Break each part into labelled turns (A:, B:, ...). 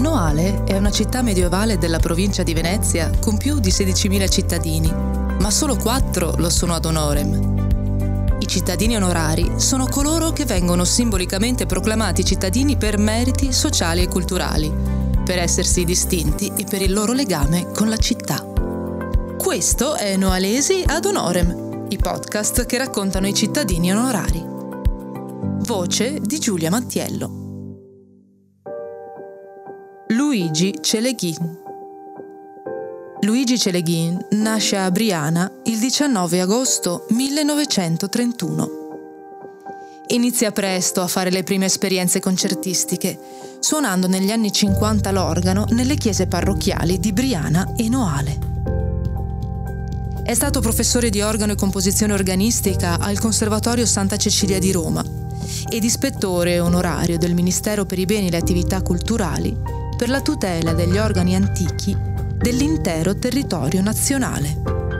A: Noale è una città medievale della provincia di Venezia con più di 16.000 cittadini, ma solo 4 lo sono ad honorem. I cittadini onorari sono coloro che vengono simbolicamente proclamati cittadini per meriti sociali e culturali, per essersi distinti e per il loro legame con la città. Questo è Noalesi ad honorem, i podcast che raccontano i cittadini onorari. Voce di Giulia Mattiello. Luigi Celeghin. Luigi Celeghin nasce a Briana il 19 agosto 1931. Inizia presto a fare le prime esperienze concertistiche, suonando negli anni 50 l'organo nelle chiese parrocchiali di Briana e Noale. È stato professore di organo e composizione organistica al Conservatorio Santa Cecilia di Roma ed ispettore onorario del Ministero per i beni e le attività culturali per la tutela degli organi antichi dell'intero territorio nazionale.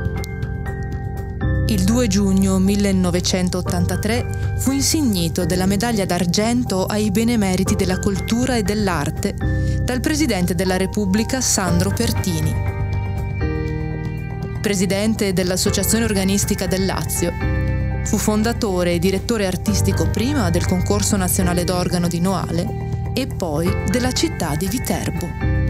A: Il 2 giugno 1983 fu insignito della medaglia d'argento ai benemeriti della cultura e dell'arte dal Presidente della Repubblica Sandro Pertini. Presidente dell'Associazione Organistica del Lazio, fu fondatore e direttore artistico prima del Concorso Nazionale d'Organo di Noale e poi della città di Viterbo.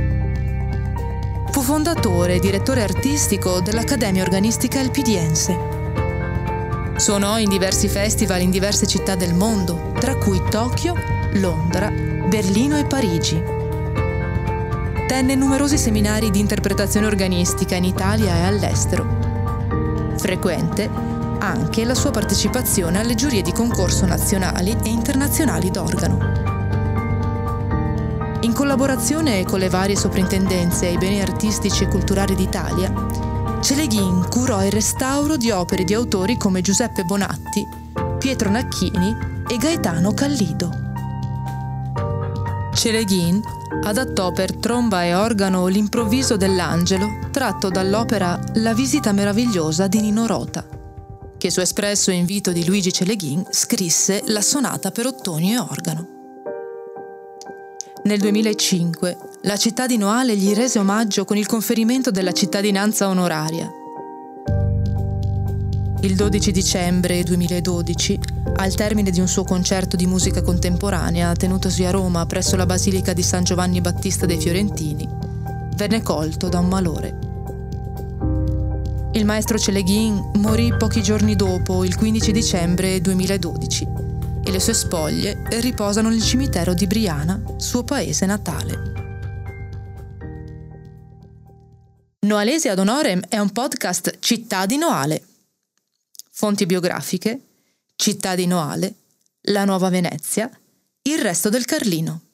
A: Fu fondatore e direttore artistico dell'Accademia Organistica Elpidiense. Suonò in diversi festival in diverse città del mondo, tra cui Tokyo, Londra, Berlino e Parigi. Tenne numerosi seminari di interpretazione organistica in Italia e all'estero. Frequente anche la sua partecipazione alle giurie di concorso nazionali e internazionali d'organo. In collaborazione con le varie soprintendenze ai beni artistici e culturali d'Italia, Celeghin curò il restauro di opere di autori come Giuseppe Bonatti, Pietro Nachchini e Gaetano Callido. Celeghin adattò per tromba e organo L'improvviso dell'Angelo, tratto dall'opera La visita meravigliosa di Nino Rota, che su espresso invito di Luigi Celeghin scrisse la sonata per ottoni e organo. Nel 2005 la città di Noale gli rese omaggio con il conferimento della cittadinanza onoraria. Il 12 dicembre 2012, al termine di un suo concerto di musica contemporanea tenutosi a Roma presso la Basilica di San Giovanni Battista dei Fiorentini, venne colto da un malore. Il maestro Celeghin morì pochi giorni dopo, il 15 dicembre 2012, e le sue spoglie riposano nel cimitero di Briana, suo paese natale. Noalesi ad honorem è un podcast Città di Noale. Fonti biografiche: Città di Noale, La Nuova Venezia, Il resto del Carlino.